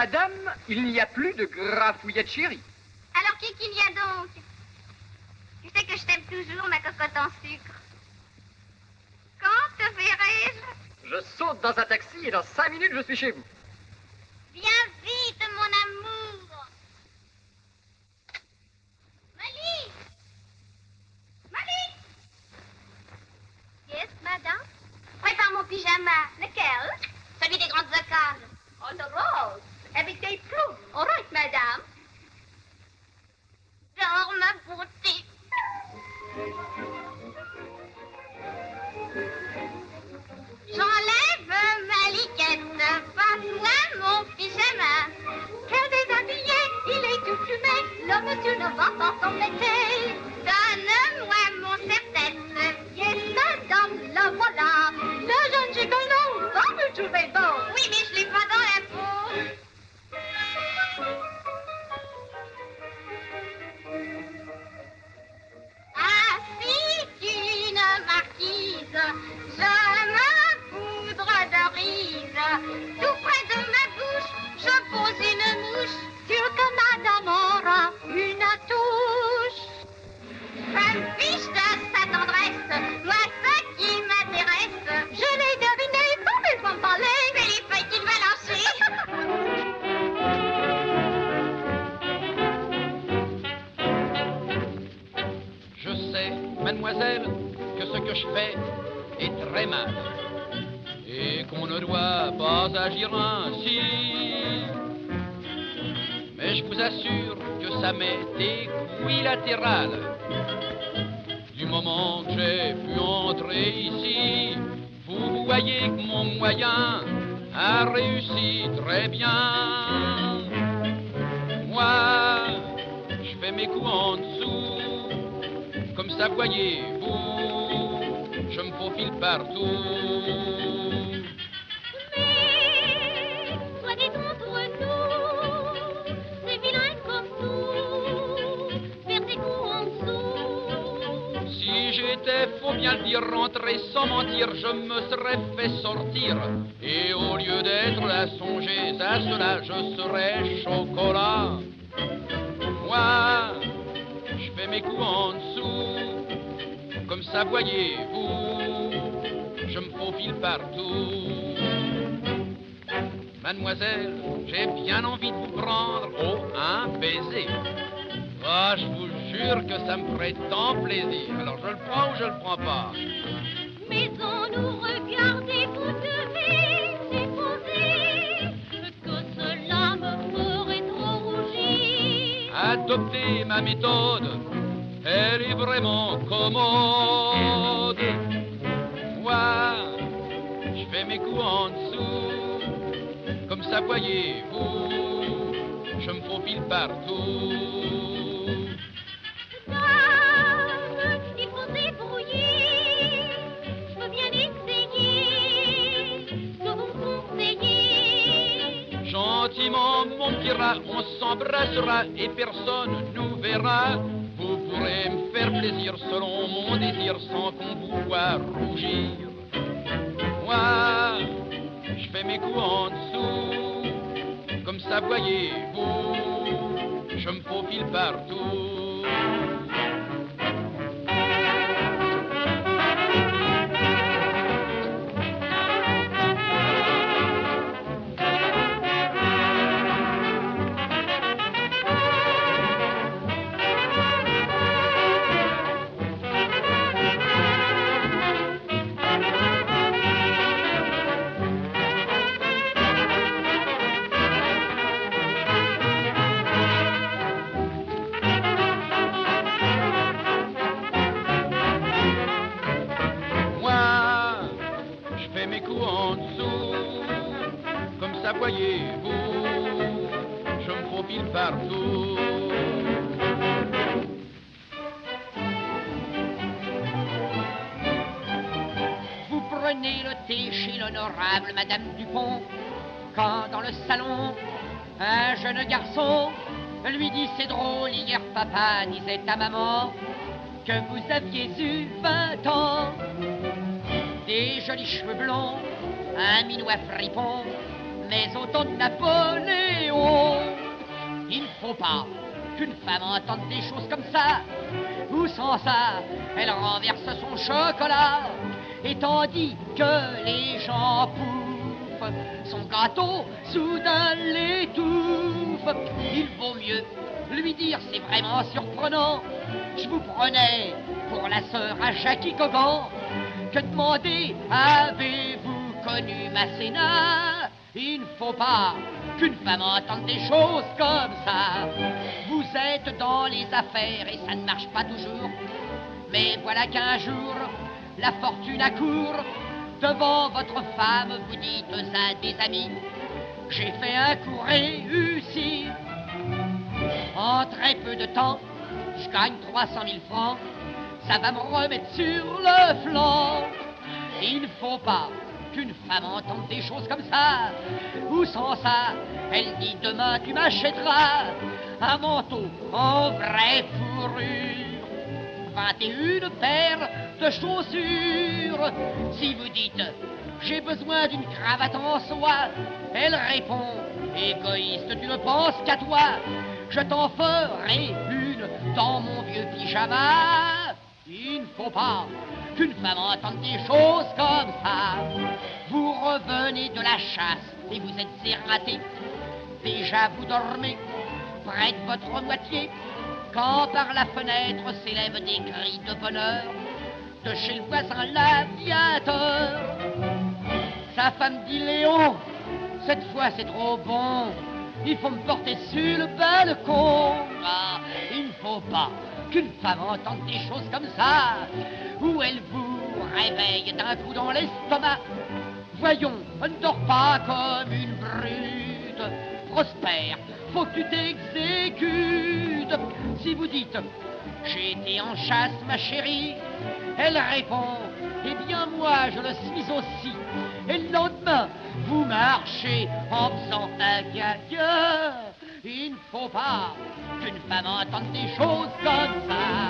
Madame, il n'y a plus de grafouillettes chérie. Alors qui qu'il y a donc? Tu sais que je t'aime toujours, ma cocotte en sucre. Quand te verrai-je? Je saute dans un taxi et dans 5 minutes, je suis chez vous. Viens vite, mon amour. Mali! Mali! Yes, madame? Prépare mon pyjama. Lequel? Celui des grandes occasions. Oh, le rose. Avec des plumes. All right, madame. Dors, ma beauté. J'enlève ma liquette, passe-moi mon pyjama. Quel déshabillé, il est tout plumé, le monsieur ne va pas s'embêter. Donne-moi mon serre-tête. Yes, madame, le voilà. Le jeune gigolo va me trouver beau. Oui, mais je l'ai pas dans la peau. Ah, si une marquise, je me poudre de rise. Tout près de ma bouche, je pose une mouche. Sûr que madame aura une touche. Je me fiche de sa tendresse, moi ce qui m'intéresse. Je l'ai deviné, pas besoin de parler. C'est les feuilles qu'il va lâcher. Je sais, mademoiselle, que ce que je fais est très mal et qu'on ne doit pas agir ainsi. Mais je vous assure que ça m'est des couilles latérales. Du moment que j'ai pu entrer ici, vous voyez que mon moyen a réussi très bien. Moi, je fais mes coups en dessous. Comme ça, voyez-vous, je me faufile partout. Mais, soyez contre nous, c'est vilain comme tout, faire des coups en dessous. Si j'étais, faut bien le dire, rentré sans mentir, je me serais fait sortir. Et au lieu d'être là, songer à cela, je serais chocolat. Moi, je fais mes coups en dessous, comme ça, voyez-vous, je me faufile partout. Mademoiselle, j'ai bien envie de vous prendre, un baiser. Ah, je vous jure que ça me ferait tant plaisir. Alors, je le prends ou je le prends pas? Mais on nous regarde et vous devez supposer que cela me ferait trop rougir. Adoptez ma méthode, elle est vraiment commode. Moi, je fais mes coups en dessous, comme ça, voyez-vous, je me faufile partout. Dame, il faut se débrouiller, je veux bien essayer ce que vous conseillez. Gentiment, mon petit rat, on s'embrassera et personne nous verra. Vous pourrez me faire plaisir selon mon désir sans qu'on vous voie rougir. Moi, je fais mes coups en dessous, comme ça, voyez-vous, je me faufile partout. Voyez-vous, je me faufile partout. Vous prenez le thé chez l'honorable Madame Dupont, quand dans le salon, un jeune garçon lui dit: c'est drôle, hier papa disait à maman que vous aviez eu 20 ans. Des jolis cheveux blonds, un minois fripon, mais au temps de Napoléon. Il ne faut pas qu'une femme entende des choses comme ça, ou sans ça, elle renverse son chocolat, et tandis que les gens pouffent, son gâteau soudain l'étouffe. Il vaut mieux lui dire, c'est vraiment surprenant, je vous prenais pour la sœur à Jackie Cogan, que demander, avez-vous connu Masséna? Il ne faut pas qu'une femme entende des choses comme ça. Vous êtes dans les affaires et ça ne marche pas toujours. Mais voilà qu'un jour, la fortune accourt. Devant votre femme, vous dites à des amis, j'ai fait un coup réussi. En très peu de temps, je gagne 300 000 francs. Ça va me remettre sur le flanc. Il ne faut pas qu'une femme entende des choses comme ça, ou sans ça, elle dit demain tu m'achèteras un manteau en vraie fourrure, 21 paires de chaussures. Si vous dites j'ai besoin d'une cravate en soie, elle répond égoïste, tu ne penses qu'à toi, je t'en ferai une dans mon vieux pyjama. Il ne faut pas qu'une femme entende des choses comme ça. Vous revenez de la chasse et vous êtes éreinté. Déjà vous dormez près de votre moitié, quand par la fenêtre s'élèvent des cris de bonheur de chez le voisin l'aviateur. Sa femme dit Léon, cette fois c'est trop bon, il faut me porter sur le balcon. Ah, il ne faut pas qu'une femme entende des choses comme ça, où elle vous réveille d'un coup dans l'estomac. Voyons, ne dors pas comme une brute. Prosper, faut que tu t'exécutes. Si vous dites, j'ai été en chasse, ma chérie, elle répond, eh bien moi je le suis aussi. Et le lendemain, vous marchez en faisant un gaga. Il ne faut pas qu'une femme entende des choses comme ça.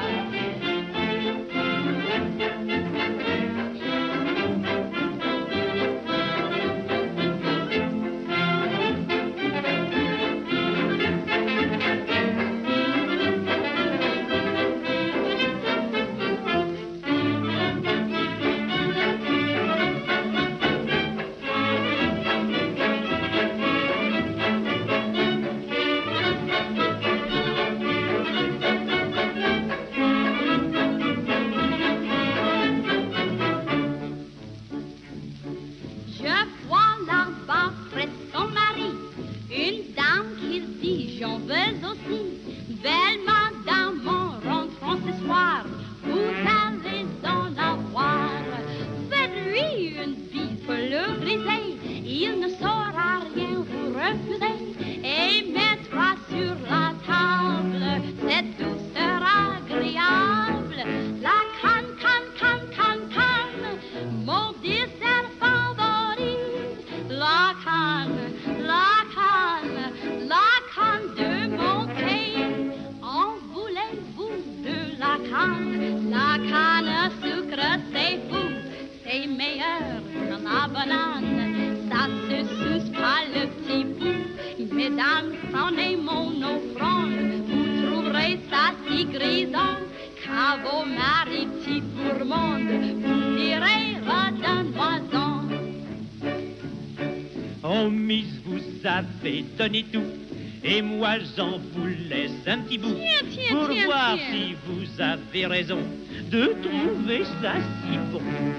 Donnez tout, et moi j'en vous laisse un petit bout pour voir si vous avez raison de trouver ça si bon.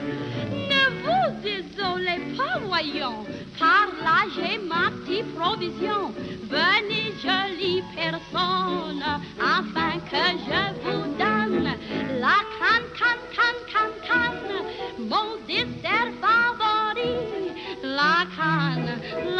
Ne vous désolez pas, voyons, car là j'ai ma petite provision. Venez, jolie personne, afin que je vous donne la canne, mon dessert favori. La canne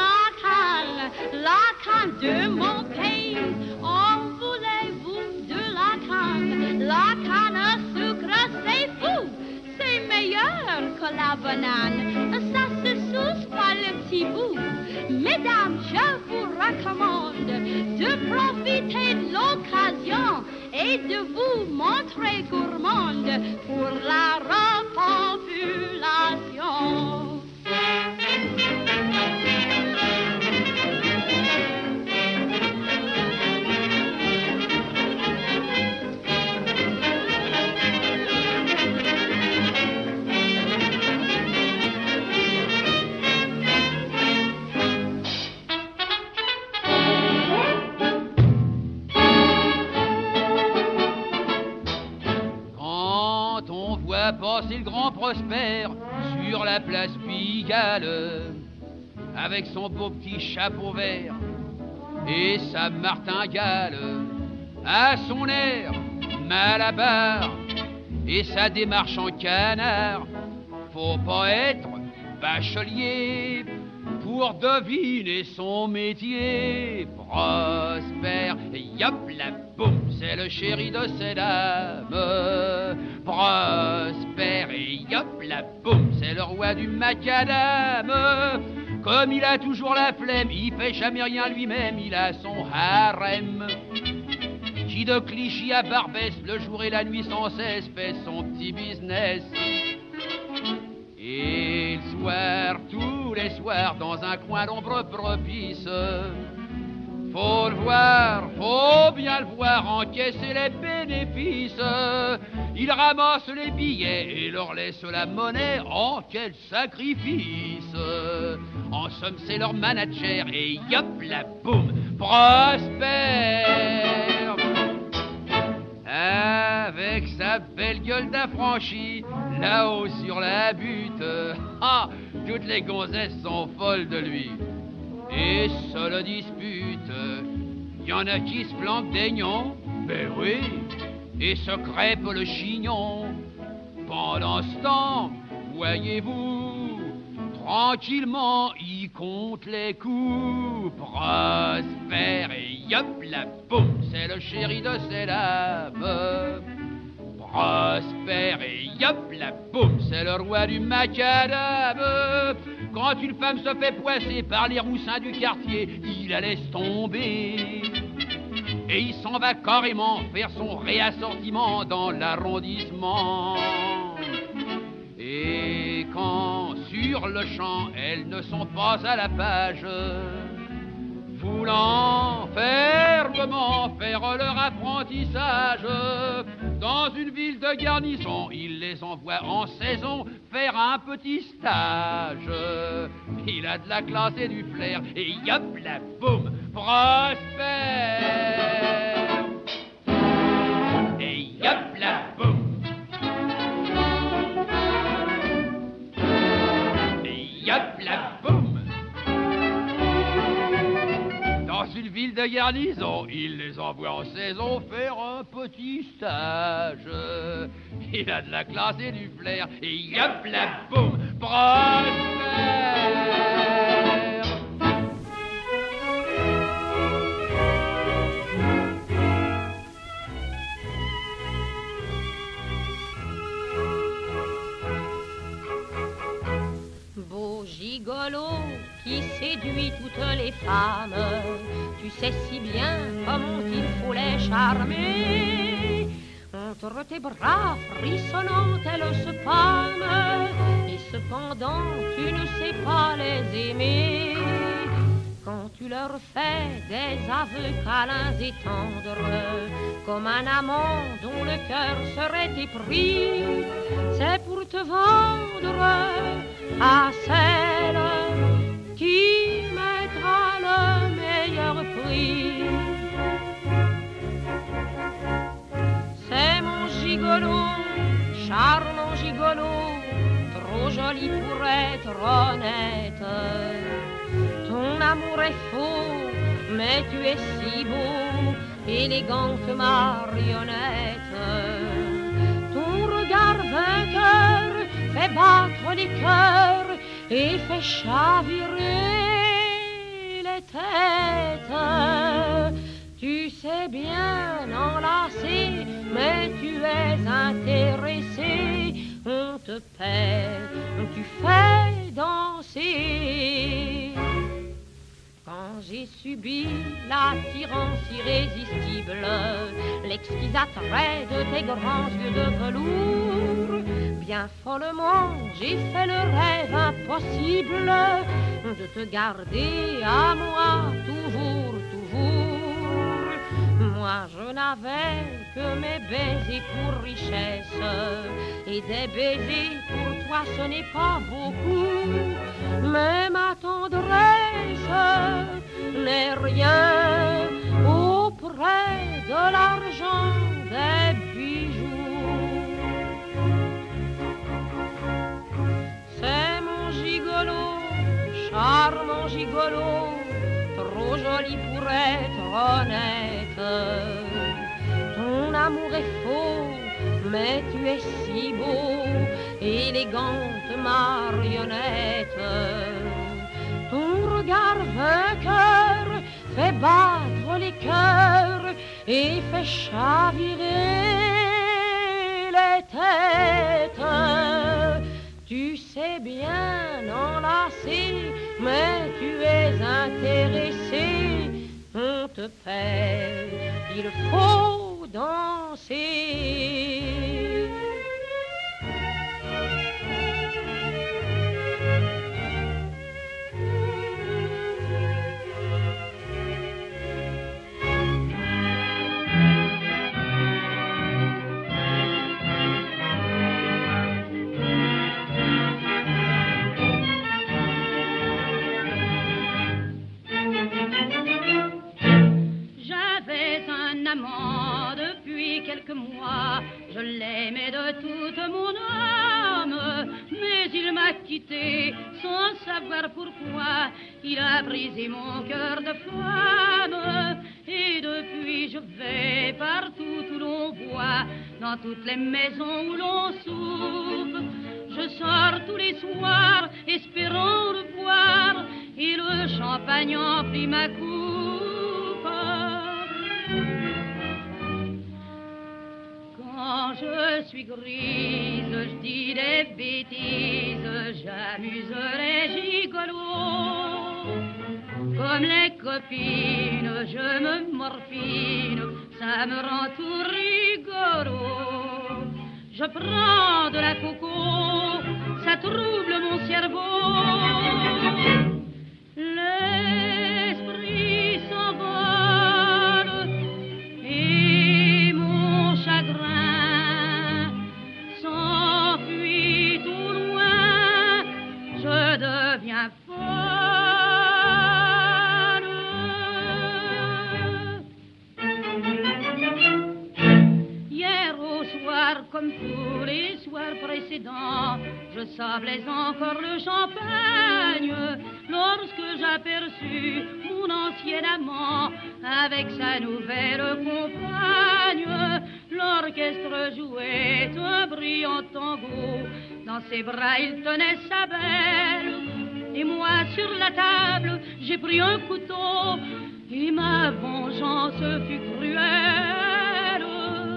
de mon pays. En voulez-vous de la canne à sucre, c'est fou, c'est meilleur que la banane. Ça se souce pas le petit bout. Mesdames, je vous recommande de profiter de l'occasion et de vous montrer gourmande pour la repopulation. voilà passer le grand Prosper sur la place Pigalle, avec son beau petit chapeau vert et sa martingale, à son air malabar et sa démarche en canard. Faut pas être bachelier pour deviner son métier. Prosper, yop la boum, c'est le chéri de ces dames. Prosper, yop la boum, c'est le roi du macadam. Comme il a toujours la flemme, il fait jamais rien lui-même, il a son harem qui de Clichy à Barbès, le jour et la nuit sans cesse, fait son petit business. Et le soir, tous les soirs, dans un coin d'ombre propice, faut le voir, faut bien le voir, encaisser les bénéfices. Il ramasse les billets et leur laisse la monnaie, oh quel sacrifice. En somme c'est leur manager et yop la boum, Prosper. Avec sa belle gueule d'affranchi, là-haut sur la butte, ah, toutes les gonzesses sont folles de lui et se le disputent. Y en a qui se planquent des nions, ben oui, et se crêpent le chignon. Pendant ce temps, voyez-vous, tranquillement, il compte les coups. Prosper et yop la boum, c'est le chéri de ces dames. Prosper et yop la boum, c'est le roi du macadam. Quand une femme se fait poisser par les roussins du quartier, il la laisse tomber. Et il s'en va carrément faire son réassortiment dans l'arrondissement. Et quand sur le champ elles ne sont pas à la page, voulant fermement faire leur apprentissage, dans une ville de garnison, il les envoie en saison faire un petit stage. Il a de la classe et du flair, et yop la boum, Prosper. Et yop la boum. Et yop la boum. Dans une ville de garnison, il les envoie en saison faire un petit stage. Il a de la classe et du flair, et yop la boum, Prosper. Beau gigolo qui séduit toutes les femmes, tu sais si bien comment il faut les charmer. Entre tes bras frissonnants, elles se pâment, et cependant tu ne sais pas les aimer. Quand tu leur fais des aveux câlins et tendres, comme un amant dont le cœur serait épris, c'est pour te vendre à celle qui mettra le meilleur prix. C'est mon gigolo, charmant gigolo, trop joli pour être honnête. Ton amour est faux, mais tu es si beau, élégante marionnette. Ton regard vainqueur fait battre les cœurs et fait chavirer les têtes. Tu sais bien enlacer, mais tu es intéressé. On te perd, tu fais danser. Quand j'ai subi l'attirance irrésistible, l'exquis attrait de tes grands yeux de velours, bien follement j'ai fait le rêve impossible de te garder à moi toujours, toujours. Moi je n'avais que mes baisers pour richesse, et des baisers pour toi ce n'est pas beaucoup, mais ma tendresse n'est rien auprès de l'argent des bijoux. jolie pour être honnête. Ton amour est faux, mais tu es si beau, élégante marionnette. Ton regard vainqueur fait battre les cœurs et fait chavirer les têtes. Tu sais bien enlacer, mais tu es intéressé. On te paie, il faut danser. Depuis quelques mois, je l'aimais de toute mon âme, mais il m'a quitté sans savoir pourquoi. Il a brisé mon cœur de femme, et depuis je vais partout où l'on voit, dans toutes les maisons où l'on soupe. Je sors tous les soirs, espérant le voir, et le champagne emplit ma coupe. Quand je suis grise, je dis des bêtises, j'amuse les gigolos. Comme les copines, je me morfine, ça me rend tout rigolo. Je prends de la coco, ça trouble mon cerveau. L'esprit s'envole et mon chagrin s'enfuit tout loin. Je deviens folle. Hier au soir, comme tous les soirs précédents, je sablais encore le champagne lorsque j'aperçus mon ancien amant avec sa nouvelle compagne. L'orchestre jouait un brillant tango, dans ses bras il tenait sa belle, et moi sur la table j'ai pris un couteau et ma vengeance fut cruelle.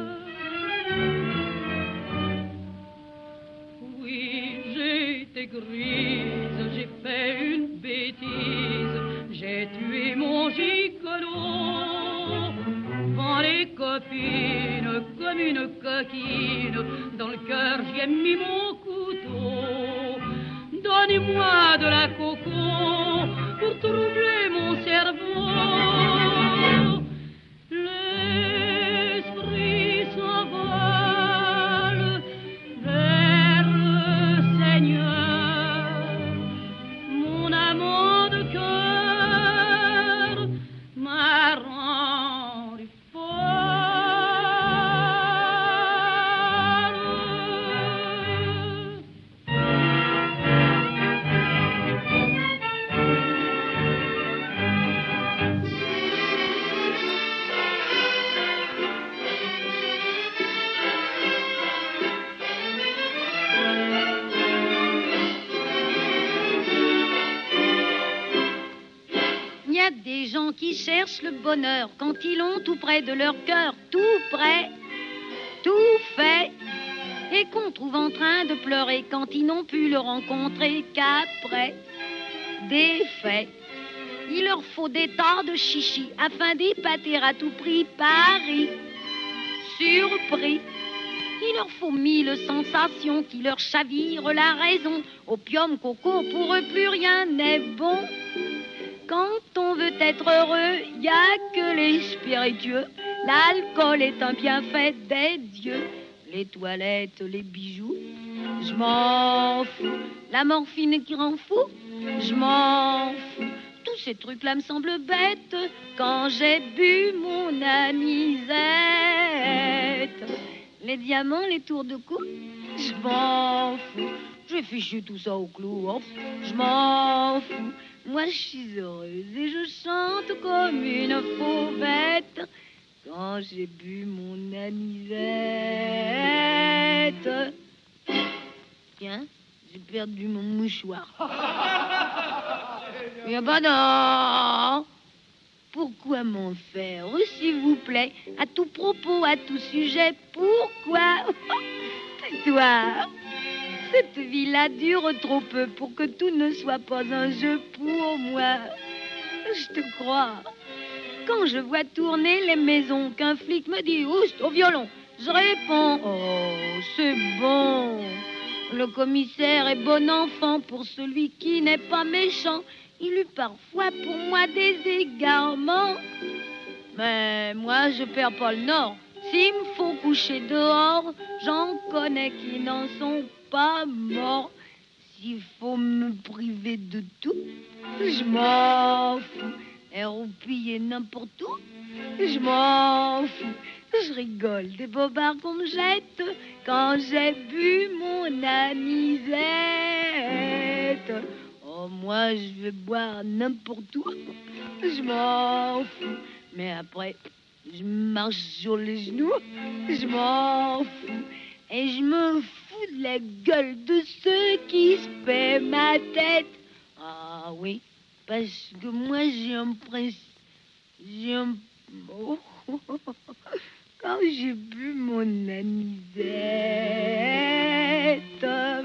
Oui, j'étais grise, j'ai fait une bêtise, j'ai tué mon gigolo. Devant les copines, comme une coquine, dans le cœur j'y ai mis mon couteau. Donnez-moi de la coco pour troubler mon cerveau. L'esprit s'envole vers le Seigneur, mon amant de cœur m'a rendu des gens qui cherchent le bonheur quand ils l'ont tout près de leur cœur, tout près, tout fait, et qu'on trouve en train de pleurer quand ils n'ont pu le rencontrer qu'après des faits. Il leur faut des tas de chichis afin d'épater à tout prix Paris. Surpris, il leur faut 1000 sensations qui leur chavirent la raison. Opium, coco, pour eux plus rien n'est bon. Quand on veut être heureux, y a que les spiritueux. L'alcool est un bienfait des dieux. Les toilettes, les bijoux, je m'en fous. La morphine qui rend fou, je m'en fous. Tous ces trucs-là me semblent bêtes quand j'ai bu mon anisette. Les diamants, les tours de cou, je m'en fous. J'ai fichu tout ça au clou, oh, je m'en fous. Moi, je suis heureuse et je chante comme une fauvette quand j'ai bu mon anisette. Tiens, j'ai perdu mon mouchoir. Eh ben non! Pourquoi m'en faire, s'il vous plaît, à tout propos, à tout sujet? Pourquoi? Tais-toi! Cette vie-là dure trop peu pour que tout ne soit pas un jeu pour moi. Je te crois. Quand je vois tourner les maisons, qu'un flic me dit « Oust, au violon », je réponds « Oh, c'est bon. Le commissaire est bon enfant pour celui qui n'est pas méchant. Il eut parfois pour moi des égarements. Mais moi, je perds pas le nord. S'il me faut coucher dehors, j'en connais qui n'en sont pas morts. S'il faut me priver de tout, je m'en fous. Et roupiller n'importe où, je m'en fous. Je rigole des bobards qu'on me jette quand j'ai bu mon anisette. Oh, moi, je vais boire n'importe où, je m'en fous. Mais après, je marche sur les genoux, je m'en fous. Et je me fous de la gueule de ceux qui se paient ma tête. Ah oui, parce que moi, j'ai un principe. Oh, quand j'ai bu mon anisette.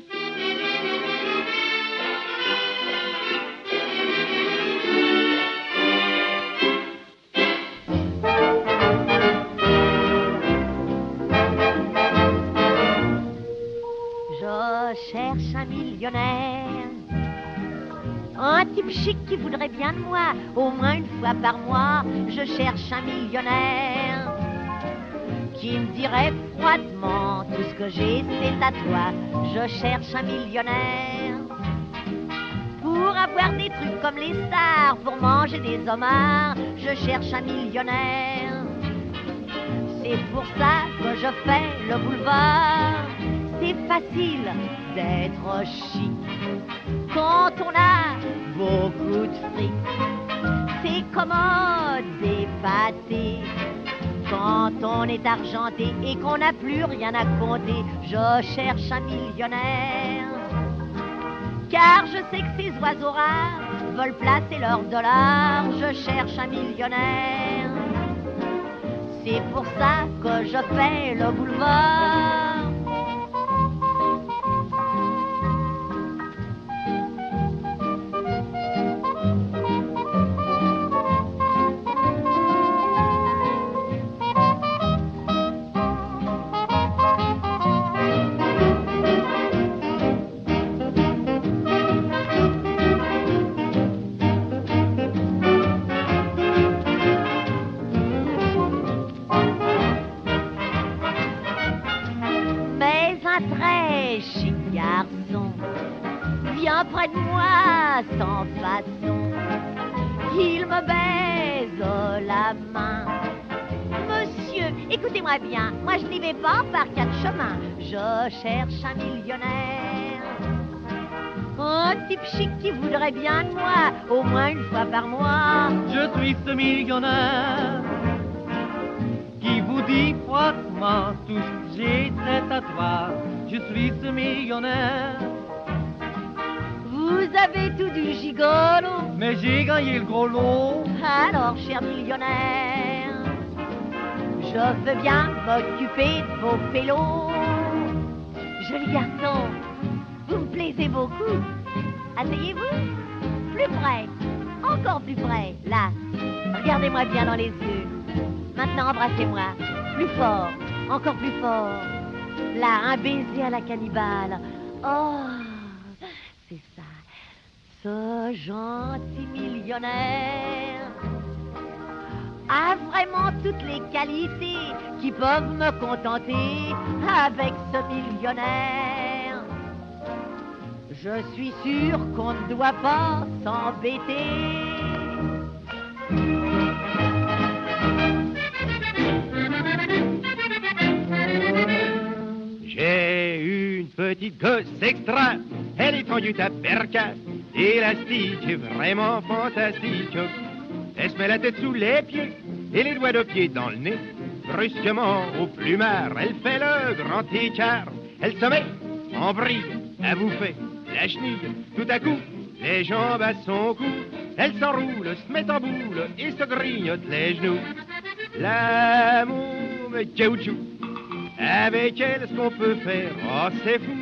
Je cherche un millionnaire, un type chic qui voudrait bien de moi, au moins une fois par mois. Je cherche un millionnaire qui me dirait froidement tout ce que j'ai, c'est à toi. Je cherche un millionnaire pour avoir des trucs comme les stars, pour manger des homards. Je cherche un millionnaire, c'est pour ça que je fais le boulevard. C'est facile d'être chic quand on a beaucoup de fric. C'est commode d'épater quand on est argenté et qu'on n'a plus rien à compter. Je cherche un millionnaire, car je sais que ces oiseaux rares veulent placer leurs dollars. Je cherche un millionnaire, c'est pour ça que je fais le boulevard. Viens près de moi sans façon, il me baise la main. Monsieur, écoutez-moi bien, moi je n'y vais pas par quatre chemins. Je cherche un millionnaire, un type chic qui voudrait bien de moi, au moins une fois par mois. Je suis ce millionnaire qui vous dit froidement tout ce que j'ai, c'est à toi. Je suis ce millionnaire. Vous avez tout du gigolo, mais j'ai gagné le gros lot. Alors, cher millionnaire, je veux bien m'occuper de vos pélos. Joli garçon, vous me plaisez beaucoup. Asseyez-vous, plus près, encore plus près, là. Regardez-moi bien dans les yeux. Maintenant, embrassez-moi, plus fort, encore plus fort. Là, un baiser à la cannibale. Oh, c'est ça. Ce gentil millionnaire a vraiment toutes les qualités qui peuvent me contenter. Avec ce millionnaire, je suis sûr qu'on ne doit pas s'embêter. J'ai une petite gosse extra, elle est fendue à perca. élastique et vraiment fantastique. Elle se met la tête sous les pieds et les doigts de pied dans le nez. Brusquement, au plumard, elle fait le grand écart. Elle se met en brille à bouffer la chenille. Tout à coup, les jambes à son cou. Elle s'enroule, se met en boule et se grignote les genoux. La môme caoutchouc, avec elle, ce qu'on peut faire, oh c'est fou.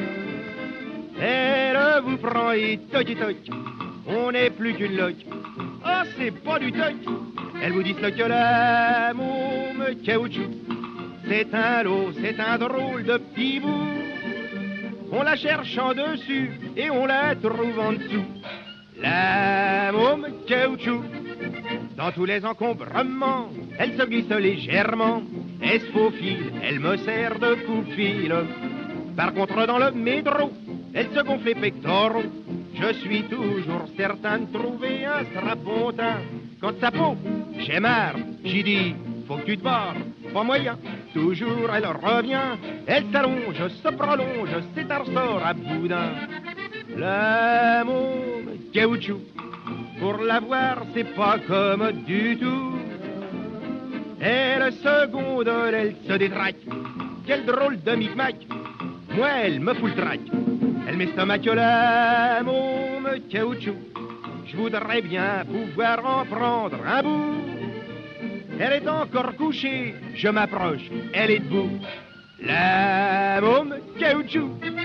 Elle vous prend et toc, on n'est plus qu'une loque. Oh, c'est pas du toc. Elle vous dit que la môme caoutchouc, c'est un lot, c'est un drôle de pibou. On la cherche en dessus et on la trouve en dessous. La môme caoutchouc, dans tous les encombrements, elle se glisse légèrement, elle se faufile, elle me sert de coupe-fil. Par contre, dans le métro, elle se gonfle les pectoraux. Je suis toujours certain de trouver un strapontin. Quand sa peau, j'ai marre, j'y dis, faut que tu te barres. Pas moyen, toujours elle revient. Elle s'allonge, se prolonge, c'est un ressort à boudin. La môme caoutchouc, pour la voir, c'est pas comme du tout. Elle se gondole, elle se détraque. Quel drôle de micmac. Moi, elle me fout le trac. Elle m'estomaque la môme caoutchouc. Je voudrais bien pouvoir en prendre un bout. Elle est encore couchée, je m'approche, elle est debout. La môme caoutchouc.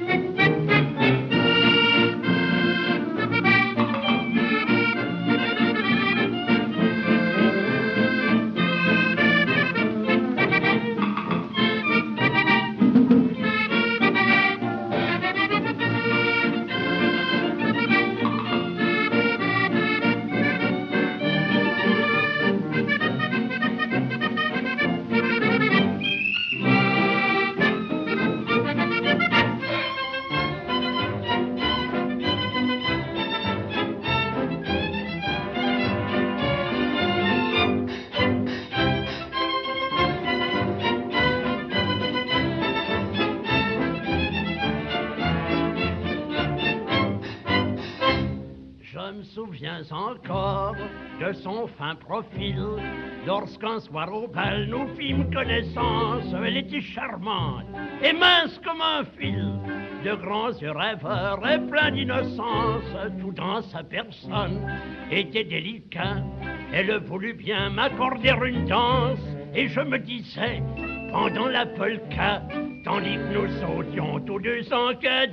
Encore de son fin profil. Lorsqu'un soir au bal nous fîmes connaissance, elle était charmante et mince comme un fil, de grands yeux rêveurs et plein d'innocence. Tout dans sa personne était délicat. Elle voulut bien m'accorder une danse et je me disais pendant la polka, tandis que nous sautions tous deux en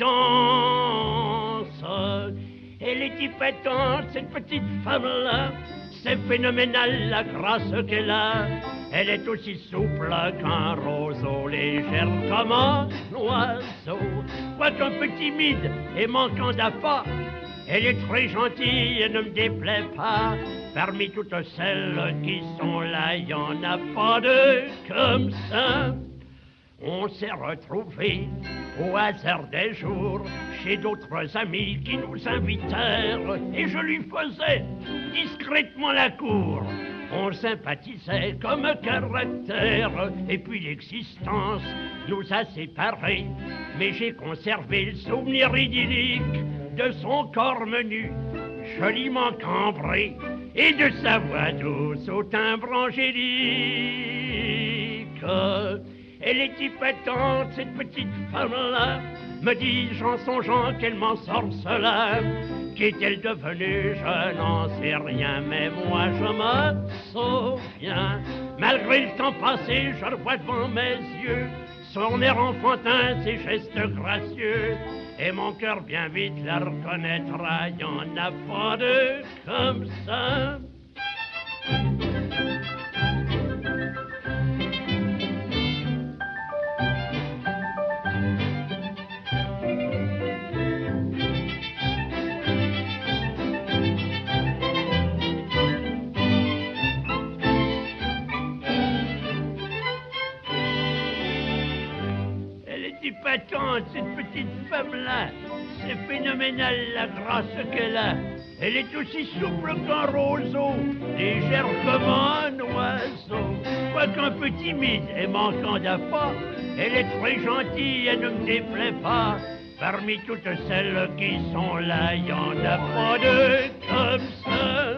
cadence. Elle est épatante, cette petite femme-là. C'est phénoménal la grâce qu'elle a. Elle est aussi souple qu'un roseau, légère comme un oiseau. Quoique un peu timide et manquant d'appât, elle est très gentille et ne me déplaît pas. Parmi toutes celles qui sont là, il n'y en a pas deux comme ça. On s'est retrouvés au hasard des jours chez d'autres amis qui nous invitèrent et je lui faisais discrètement la cour. On sympathisait comme caractère et puis l'existence nous a séparés. Mais j'ai conservé le souvenir idyllique de son corps menu, joliment cambré, et de sa voix douce au timbre angélique. Elle est épatante, cette petite femme-là, me dis-je en songeant qu'elle m'en sorcela. Qu'est-elle devenue? Je n'en sais rien, mais moi je me souviens. Malgré le temps passé, je le vois devant mes yeux, son air enfantin, ses gestes gracieux. Et mon cœur bien vite la reconnaîtra, y en a pas deux comme ça. Épatante, cette petite femme-là, c'est phénoménal la grâce qu'elle a. Elle est aussi souple qu'un roseau, légère comme un oiseau. Quoiqu'un peu timide et manquant d'appât, elle est très gentille et ne me déplaît pas. Parmi toutes celles qui sont là, y en a pas deux comme ça.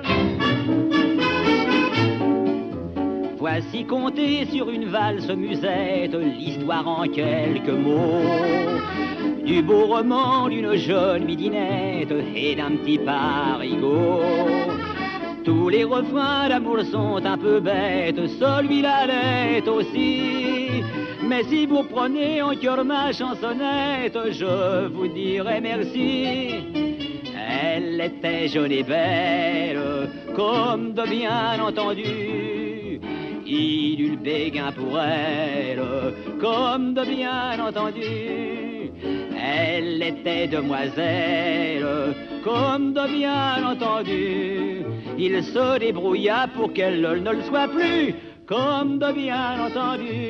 Voici compter sur une valse musette l'histoire en quelques mots du beau roman d'une jeune midinette et d'un petit parigot. Tous les refrains d'amour sont un peu bêtes, celui-là l'est aussi. Mais si vous prenez en cœur ma chansonnette, je vous dirai merci. Elle était jeune et belle, comme de bien entendu. Il eut le béguin pour elle, comme de bien entendu. Elle était demoiselle, comme de bien entendu. Il se débrouilla pour qu'elle ne le soit plus, comme de bien entendu.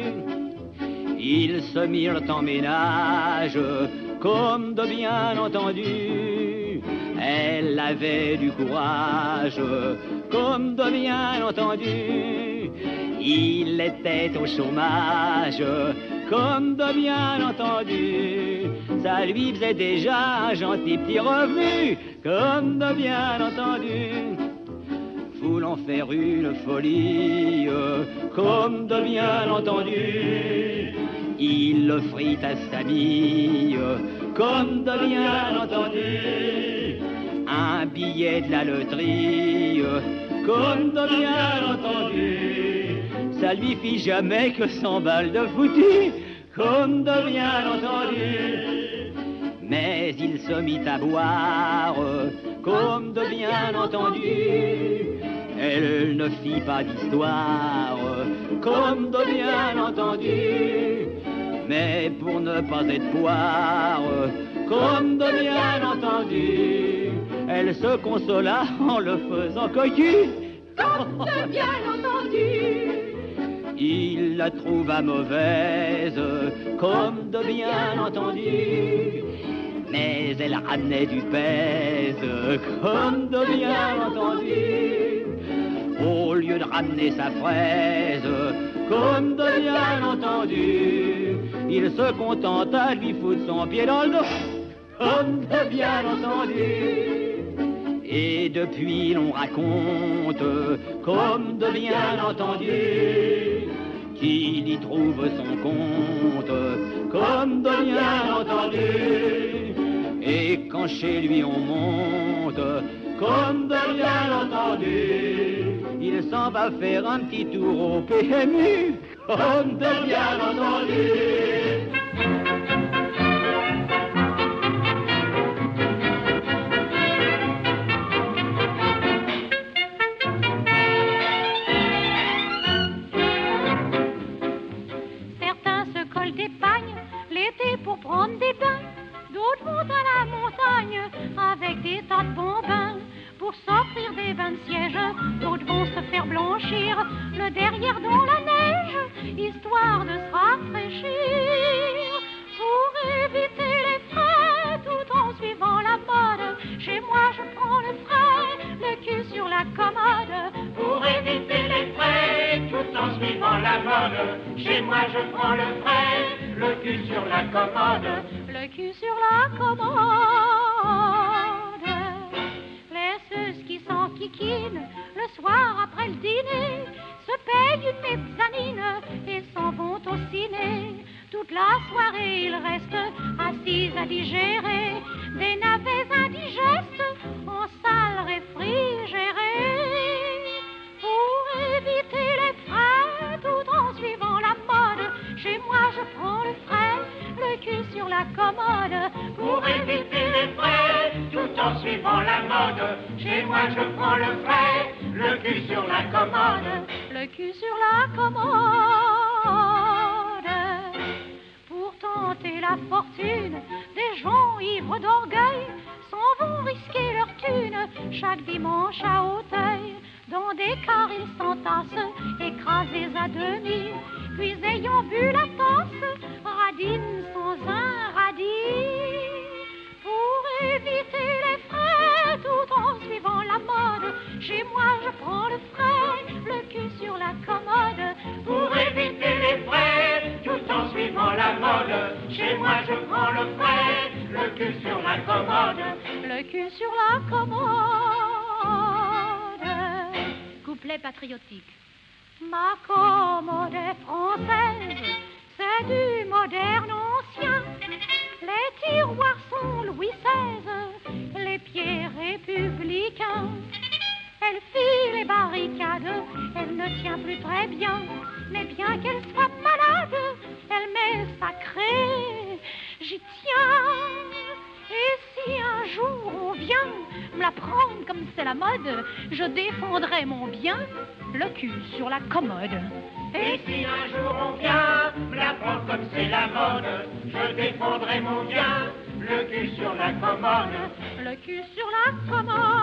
Ils se mirent en ménage, comme de bien entendu. Elle avait du courage, comme de bien entendu. Il était au chômage, comme de bien entendu. Ça lui faisait déjà un gentil petit revenu, comme de bien entendu. Voulant faire une folie, comme de bien entendu. Il l'offrit à sa mie, comme de bien entendu. Un billet de la loterie, comme de bien entendu. Ça lui fit jamais que 100 balles de foutu, comme de bien entendu. Mais il se mit à boire, comme de bien entendu. Elle ne fit pas d'histoire, comme de bien entendu. Mais pour ne pas être poire, comme de bien entendu, elle se consola en le faisant cocu, comme de bien entendu. Il la trouva mauvaise, comme de bien entendu. Mais elle ramenait du pèse, comme de bien entendu. Au lieu de ramener sa fraise, comme de bien entendu, il se contenta de lui foutre son pied dans le dos, comme de bien entendu. Et depuis l'on raconte, comme de bien entendu, qu'il y trouve son compte, comme de bien entendu. Et quand chez lui on monte, comme de bien entendu, il s'en va faire un petit tour au PMU, comme de bien entendu. Certains se collent des pagnes l'été pour prendre des bains. D'autres vont à la montagne avec des tas de bons bains pour s'offrir des bains de siège. D'autres vont se faire blanchir le derrière dans la neige, histoire de se rafraîchir. Pour éviter les frais tout en suivant la mode, chez moi je prends le frais, le cul sur la commode. Pour éviter les frais tout en suivant la mode, chez moi je prends le frais, le cul sur la commode. Le cul sur la commode. Laisseuses qui s'enquiquinent le soir après le dîner se payent une mezzanine et s'en vont au ciné. Toute la soirée ils restent assis à digérer des navets indigestes en salle réfrigérée. Pour éviter les frais tout en suivant la mode, chez moi je prends le frais, le cul sur la commode. Pour éviter les frais tout en suivant la mode, chez moi je prends le frais, le cul sur la commode. Le cul sur la commode. Pour tenter la fortune, des gens ivres d'orgueil s'en vont risquer leur thune chaque dimanche à Auteuil. Dans des cars ils s'entassent, écrasés à demi, puis ayant bu la tasse, radinent sans un radis. Pour éviter les frais tout en suivant la mode, chez moi je prends le frais, le cul sur la commode. Pour éviter les frais tout en suivant suivant la mode. Chez moi je prends le frais, le cul sur la commode. Le cul sur la commode. Couplet patriotique. Ma commode est française, c'est du moderne ancien. Les tiroirs sont Louis XVI, les pieds républicains. Elle fuit les barricades, elle ne tient plus très bien. Mais bien qu'elle soit malade, elle m'est sacrée. J'y tiens. Et si un jour on vient me la prendre comme c'est la mode, je défendrai mon bien, le cul sur la commode. Et si un jour on vient me la prendre comme c'est la mode, je défendrai mon bien, le cul sur la commode. Le cul sur la commode.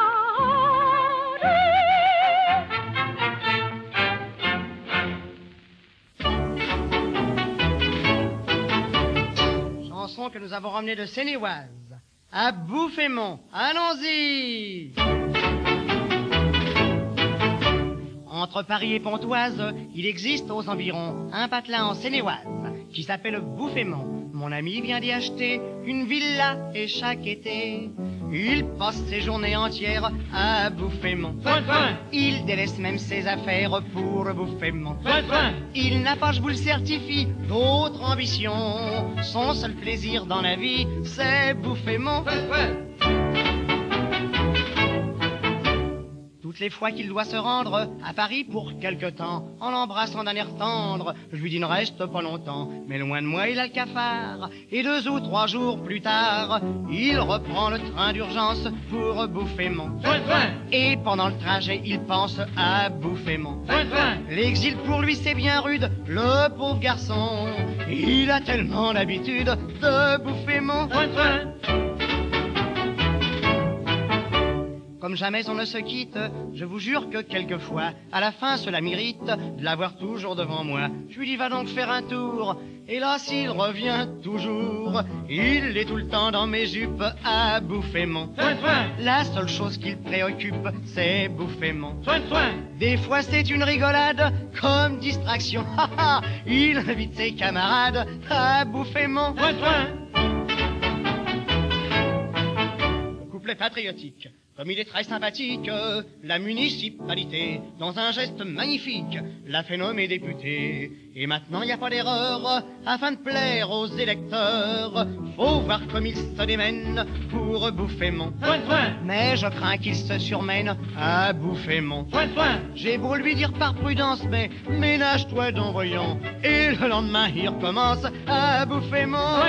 Chanson que nous avons ramenée de Seine-et-Oise. À Bouffémont, allons-y! Entre Paris et Pontoise, il existe aux environs un patelin en Seine-et-Oise qui s'appelle Bouffémont. Mon ami vient d'y acheter une villa et chaque été, il passe ses journées entières à Bouffémont. Il délaisse même ses affaires pour Bouffémont. Il n'a pas, je vous le certifie, d'autre ambition. Son seul plaisir dans la vie, c'est Bouffémont. Toutes les fois qu'il doit se rendre à Paris pour quelque temps, en l'embrassant d'un air tendre, je lui dis ne reste pas longtemps, mais loin de moi il a le cafard. Et 2 ou 3 jours plus tard, il reprend le train d'urgence pour Bouffémont. Et pendant le trajet, il pense à Bouffémont. L'exil pour lui c'est bien rude, le pauvre garçon, il a tellement l'habitude de Bouffémont. Comme jamais on ne se quitte, je vous jure que quelquefois, à la fin cela m'irrite de l'avoir toujours devant moi. Je lui dis va donc faire un tour, et là s'il revient toujours, il est tout le temps dans mes jupes à Bouffémont. La seule chose qui le préoccupe, c'est Bouffémont. Des fois c'est une rigolade, comme distraction, il invite ses camarades à Bouffémont. Couplet patriotique. Comme il est très sympathique, la municipalité, dans un geste magnifique, l'a fait nommer député. Et maintenant, il n'y a pas d'erreur, afin de plaire aux électeurs, faut voir comme il se démène pour Bouffémont. Mais je crains qu'il se surmène à Bouffémont. J'ai beau lui dire par prudence, mais ménage-toi donc voyons. Et le lendemain, il recommence à Bouffémont.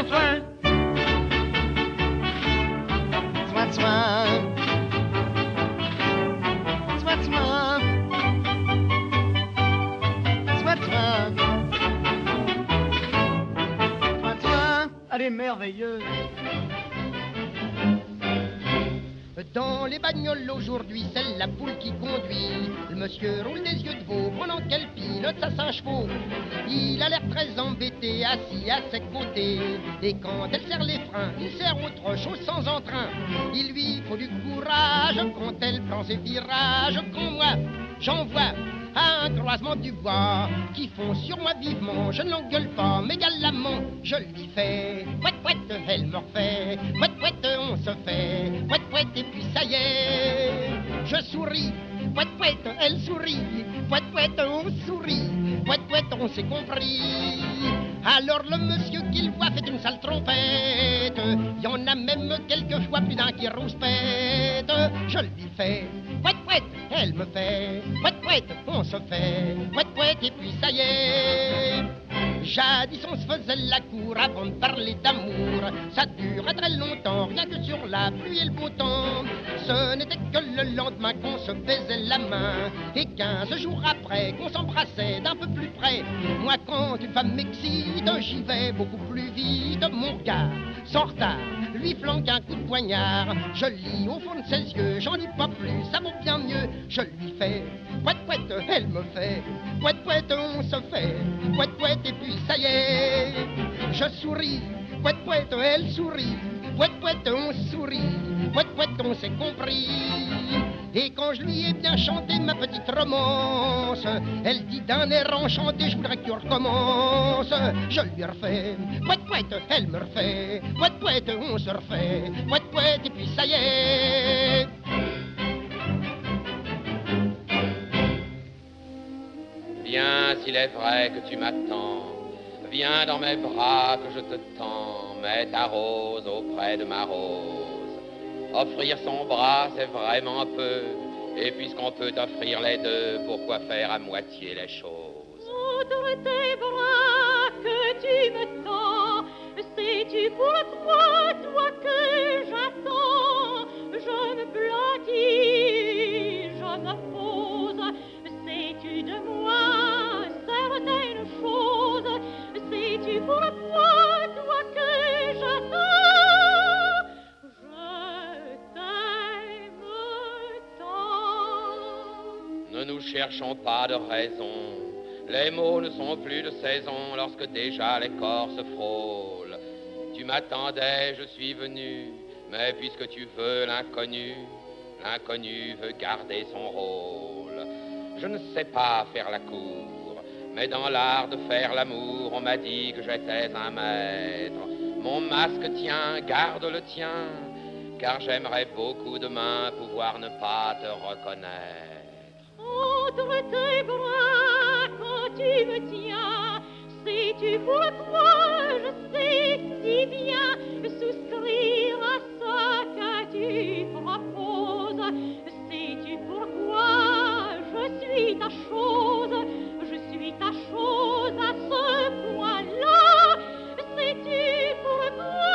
Elle est merveilleuse. Dans les bagnoles aujourd'hui, c'est la poule qui conduit. Le monsieur roule des yeux de veau pendant qu'elle pilote sa 5 chevaux. Il a l'air très embêté, assis à ses côtés. Et quand elle serre les freins, il sert autre chose sans entrain. Il lui faut du courage quand elle prend ses virages. Quand moi, j'en vois à un croisement du bois qui fond sur moi vivement. Je ne l'engueule pas, mais galamment, je lui fais pouet pouet, elle me refait pouet pouet, on se fait pouet pouet, et puis ça y est, je souris pouet pouet, elle sourit pouet pouet, on sourit pouet pouet, on s'est compris. Alors le monsieur qu'il voit fait une sale trompette, y en a même quelquefois plus d'un qui rouspète. Je lui fais pouet pouet, elle me fait pouet pouet, on se fait pouet pouet, et puis ça y est. Jadis on se faisait la cour avant de parler d'amour. Ça durait très longtemps, rien que sur la pluie et le beau temps. Ce n'était que le lendemain qu'on se baisait la main, et 15 jours après qu'on s'embrassait d'un peu plus près. Moi quand une femme m'excite, j'y vais beaucoup plus vite. Mon gars, sans retard, lui flanque un coup de poignard. Je lis au fond de ses yeux, j'en dis pas plus, ça vaut bien mieux. Je lui fais pouet pouet, elle me fait pouet pouet, on se fait pouet pouet, et puis ça y est, je souris pouet pouet, elle sourit pouet pouet, on sourit Pouette, pouette, on s'est compris. Et quand je lui ai bien chanté ma petite romance, elle dit d'un air enchanté, je voudrais que tu recommences. Je lui refais, pouette, pouette, elle me refait, pouette, pouette, on se refait, pouette, pouette, et puis ça y est. Viens, s'il est vrai que tu m'attends, viens dans mes bras que je te tends, mets ta rose auprès de ma rose. Offrir son bras, c'est vraiment peu, et puisqu'on peut offrir les deux, pourquoi faire à moitié les choses? Entre tes bras que tu me tends, sais-tu pourquoi, toi que j'attends? Je me blottis, je me pose, sais-tu de moi certaines choses? Sais-tu pourquoi, toi que j'attends? Ne nous cherchons pas de raison, les mots ne sont plus de saison lorsque déjà les corps se frôlent. Tu m'attendais, je suis venu, mais puisque tu veux l'inconnu, l'inconnu veut garder son rôle. Je ne sais pas faire la cour, mais dans l'art de faire l'amour, on m'a dit que j'étais un maître. Mon masque tient, garde le tien, car j'aimerais beaucoup demain pouvoir ne pas te reconnaître. Entre tes bras, quand tu me tiens, sais-tu pourquoi je sais si bien souscrire à ce que tu proposes? Sais-tu pourquoi je suis ta chose? Je suis ta chose à ce point-là. Sais-tu pourquoi?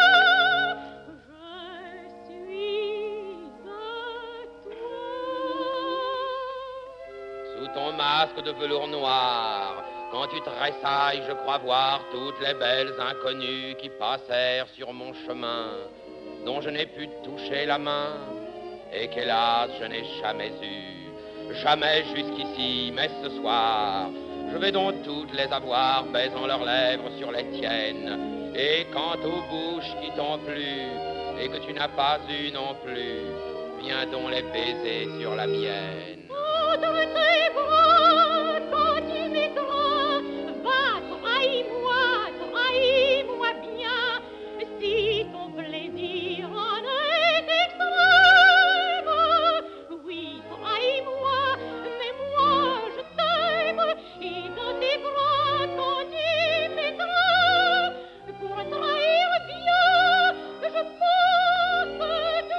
Ton masque de velours noir, quand tu tressailles, je crois voir toutes les belles inconnues qui passèrent sur mon chemin, dont je n'ai pu toucher la main, et qu'hélas je n'ai jamais eu, jamais jusqu'ici, mais ce soir, je vais donc toutes les avoir, baisant leurs lèvres sur les tiennes, et quant aux bouches qui t'ont plu, et que tu n'as pas eu non plus, viens donc les baiser sur la mienne. Entre tes bras, quand tu m'étreins, va, trahis-moi bien, si ton plaisir en est extrême. Oui, trahis-moi, mais moi je t'aime, et dans tes bras, quand tu m'étreins, pour trahir bien, je pense tout.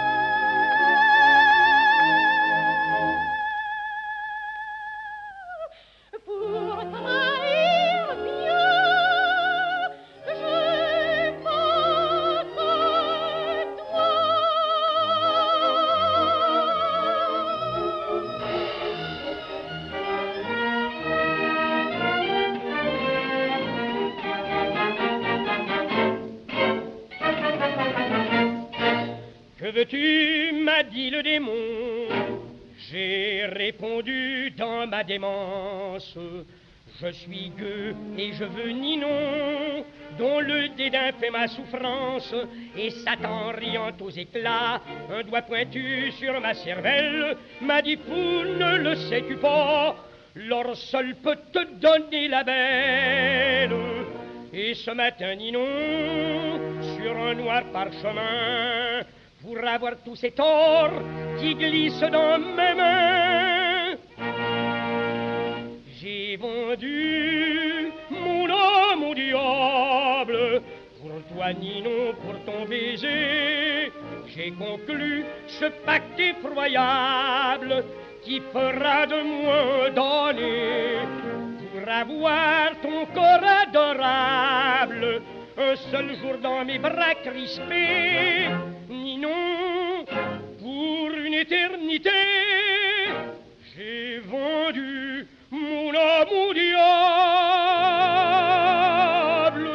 Que veux-tu, m'a dit le démon. J'ai répondu dans ma démence. Je suis gueux et je veux Ninon, dont le dédain fait ma souffrance. Et Satan riant aux éclats, un doigt pointu sur ma cervelle, m'a dit fou, ne le sais-tu pas, l'or seul peut te donner la belle. Et ce matin, Ninon, sur un noir parchemin, pour avoir tous ces torts qui glissent dans mes mains, j'ai vendu mon âme au diable. Pour toi, Ninon, pour ton baiser, j'ai conclu ce pacte effroyable qui fera de moi un damné. Pour avoir ton corps adorable, un seul jour dans mes bras crispés, Ninon, pour une éternité, j'ai vendu mon âme au diable.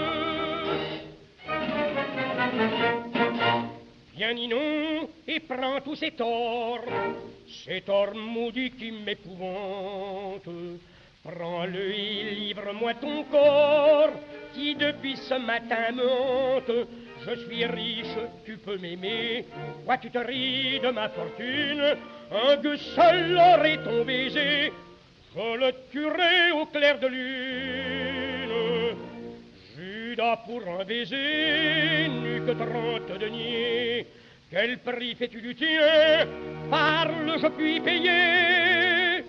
Viens, Ninon, et prends tous ces torts maudits qui m'épouvantent. Prends-le et livre-moi ton corps, qui depuis ce matin me hante. Je suis riche, tu peux m'aimer. Toi, tu te ris de ma fortune. Un gueux seul aurait ton baiser. Je le tuerai au clair de lune. Judas pour un baiser n'eut que 30 deniers. Quel prix fais-tu du tien? Parle, je puis payer.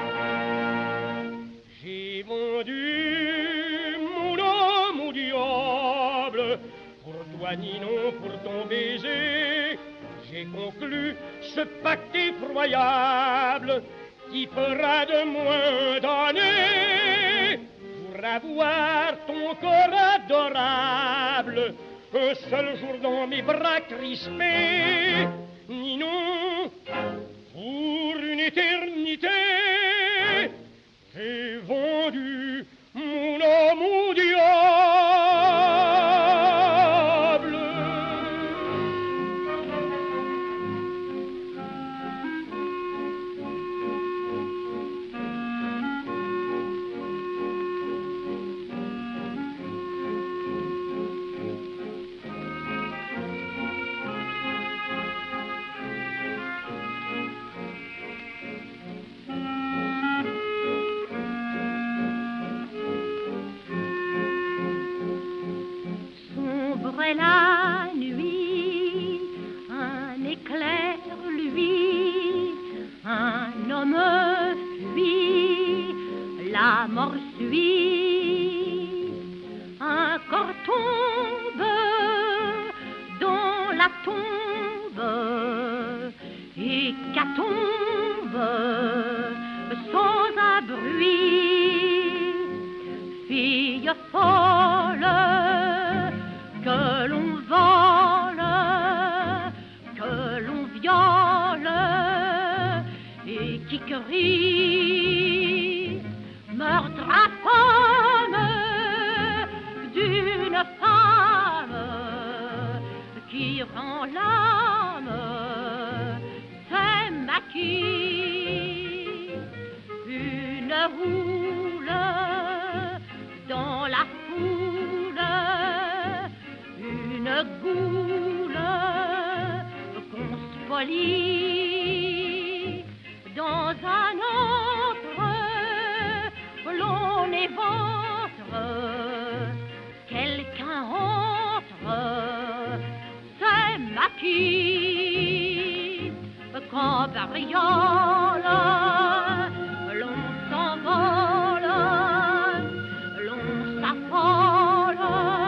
J'ai vendu mon âme au diable. Pour toi, Ninon, pour ton baiser, j'ai conclu ce pacte effroyable qui fera de moi damné pour avoir ton corps adorable. Un seul jour dans mes bras crispés, Ninon, pour une éternité, j'ai vendu mon âme au diable. La nuit, un éclair lui, un homme fuit, la mort suit, un corps tombe dans la tombe, hécatombe sans un bruit, fille folle que l'on vole, que l'on viole, et qui crie meurtre infâme d'une femme qui rend l'âme ses maquis. Une roule dans la foule, une goule qu'on spolie. Dans un autre l'on éventre, quelqu'un entre, c'est maquis. Quand variole l'on s'envole, l'on s'affole,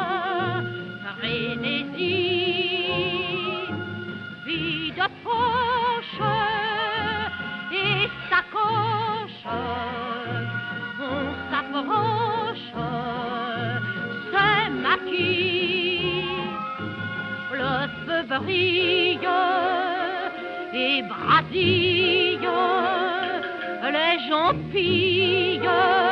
frénésie, vie de poche et sacoche, on s'approche, c'est maquis. Le feu brille et brasille, les gens pillent,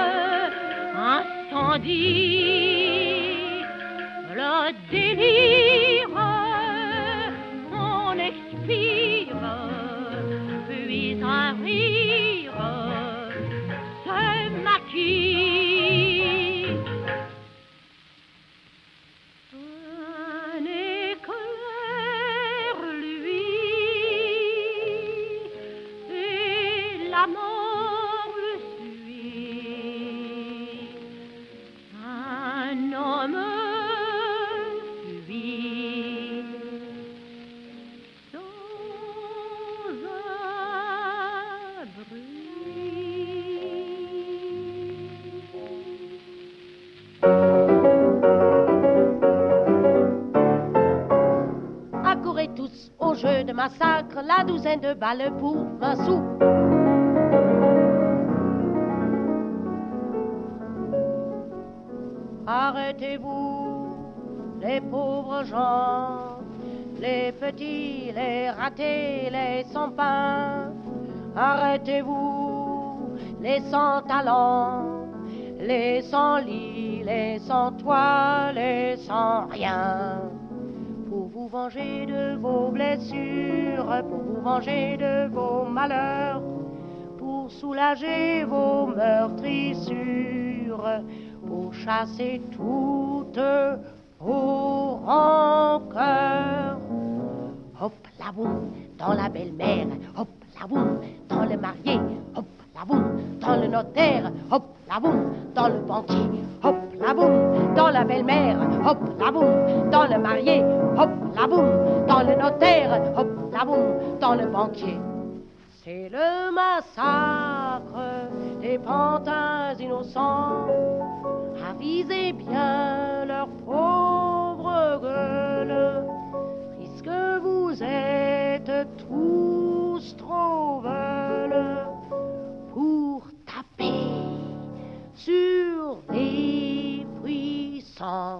incendie, le délire, on expire, puis un rire, c'est maquis. Un éclair lui, et la mort suit. Un homme fuit sans un bruit. Accourez tous au jeu de massacre, la douzaine de balles pour 20 sous. Arrêtez-vous, les pauvres gens, les petits, les ratés, les sans-pain. Arrêtez-vous, les sans-talents, les sans-lit, les sans-toit, les sans-rien. Pour vous venger de vos blessures, pour vous venger de vos malheurs, pour soulager vos meurtrissures, pour chasser toute vos rancœurs. Hop la boum, dans la belle-mère, hop la boum, dans le marié, hop la boum, dans le notaire, hop la boum, dans le banquier, hop la boum, dans la belle-mère, hop la boum, dans le marié, hop la boum, dans le notaire, hop la boum, dans le banquier. C'est le massacre des pantins innocents. Avisez bien leurs pauvres gueules, puisque vous êtes tous trop veules pour taper sur les puissants.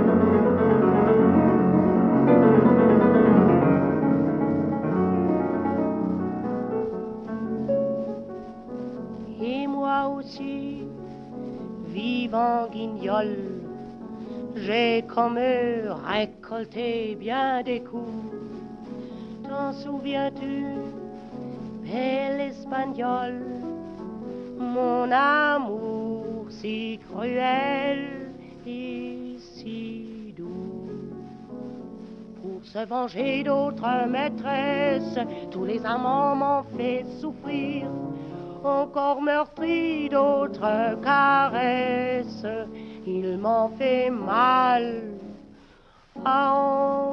Et moi aussi, vivant guignol, j'ai comme eux récolté bien des coups. T'en souviens-tu, belle espagnole, mon amour si cruel et si doux? Pour se venger d'autres maîtresses, tous les amants m'ont fait souffrir. Encore meurtri d'autres caresses, ils m'ont fait mal à en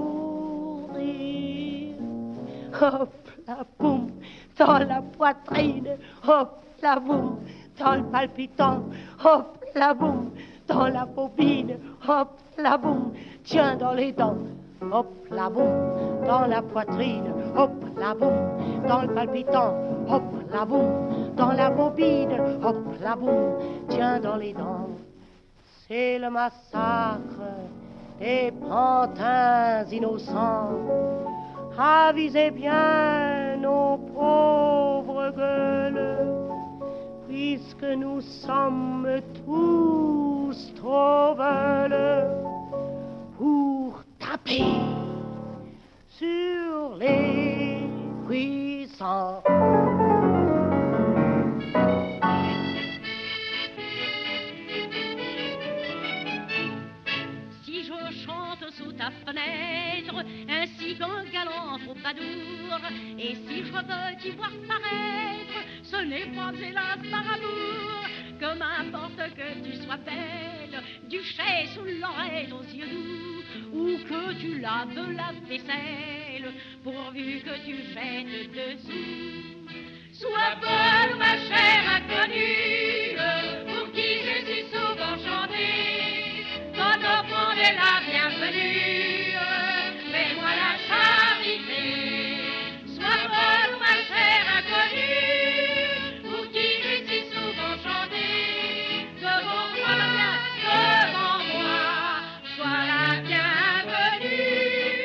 mourir. Hop la boum, dans la poitrine, hop la boum, dans le palpitant, hop la boum, dans la bobine, hop la boum, tiens dans les dents. Hop la boum, dans la poitrine, hop la boum, dans le palpitant, hop la boum, dans la bobine, hop la boum, tiens dans les dents. C'est le massacre des pantins innocents. Avisez bien nos pauvres gueules, puisque nous sommes tous trop veules pour taper sur les puissants. Si je chante sous ta fenêtre, ainsi qu'un galant troubadour, et si je veux t'y voir paraître, ce n'est pas hélas par amour, que m'importe que tu sois belle, duchesse ou lorette aux yeux doux, ou que tu laves la vaisselle, pourvu que tu jettes dessous. Sois bonne, ma chère inconnue, pour qui je suis souvent chantée, quand offrande est la bienvenue, fais-moi la charité. Sois bonne, ma chère inconnue, pour qui je suis souvent chantée, devant moi, sois la bienvenue.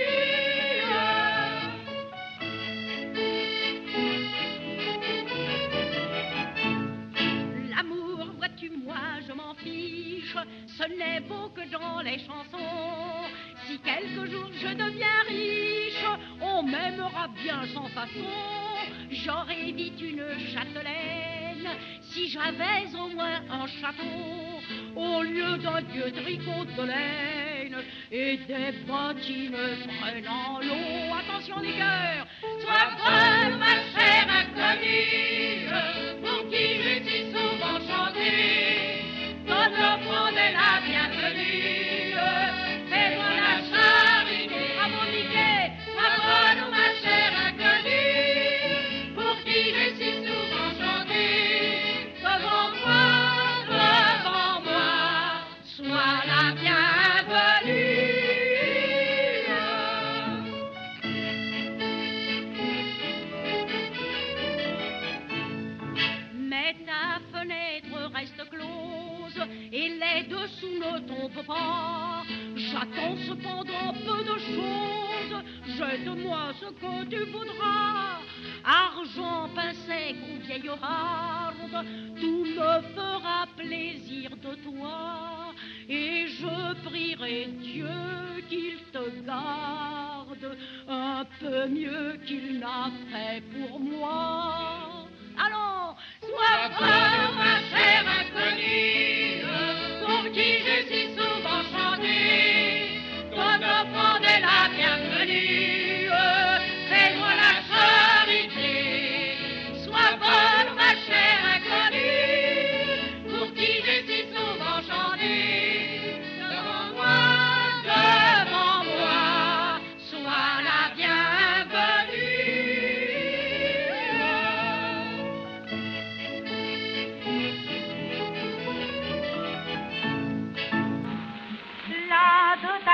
L'amour, vois-tu, moi je m'en fiche, ce n'est beau que dans les chansons. Si quelque jour je deviens riche, on m'aimera bien sans façon. J'aurais vite une châtelaine, si j'avais au moins un château, au lieu d'un vieux tricot de laine et des bottines prenant l'eau. Attention les cœurs, sois bonne, ma chère inconnue, pour qui je suis souvent chantée, quand l'offrande est la bienvenue, fais-moi la charité. Revendiquez, sois bonne, ma chère inconnue, pour qui je suis souvent chantée, devant moi, sois la bienvenue. Mais ta fenêtre reste close et les dessous ne tombent pas. J'attends cependant peu de choses, jette-moi ce que tu voudras. Argent, pain sec ou vieille harde, tout me fera plaisir de toi. Et je prierai Dieu qu'il te garde un peu mieux qu'il n'a fait pour moi. Allons, sois bonne, ma chère inconnue, pour qui je suis souvent chantée,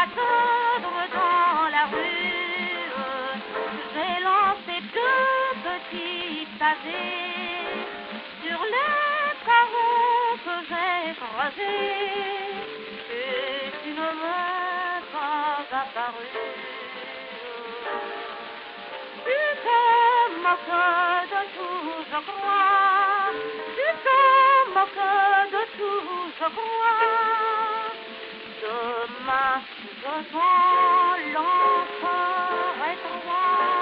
m'attendre dans la rue, j'ai lancé 2 petits pavés sur les carreaux que j'ai creusés, et tu ne m'es pas apparu. Tu te moques de tout, je crois, tu te moques de tout, je crois. Demain, je t'en lancerai 3.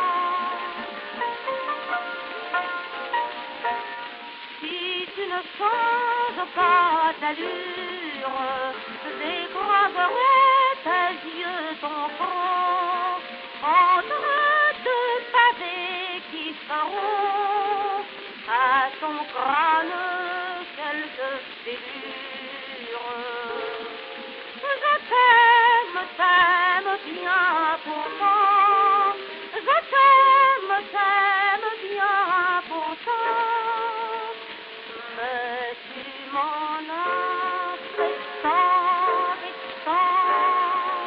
Si tu ne changes pas d'allure, dégraverai tes yeux, ton front, entre 2 pavés qui feront à ton crâne quelques fêlures. Je t'aime bien pourtant, je t'aime bien pourtant, mais tu m'en as fait tant et tant.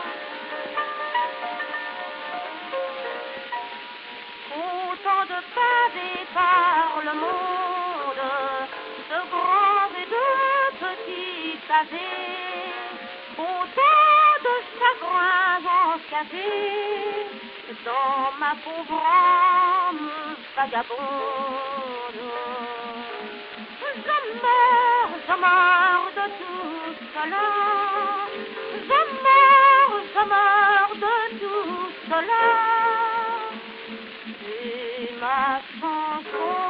Autant de pavés par le monde, de grands et de petits pavés, autant de chagrins encavés dans ma pauvre âme vagabonde. Je meurs de tout cela, je meurs de tout cela, et ma chanson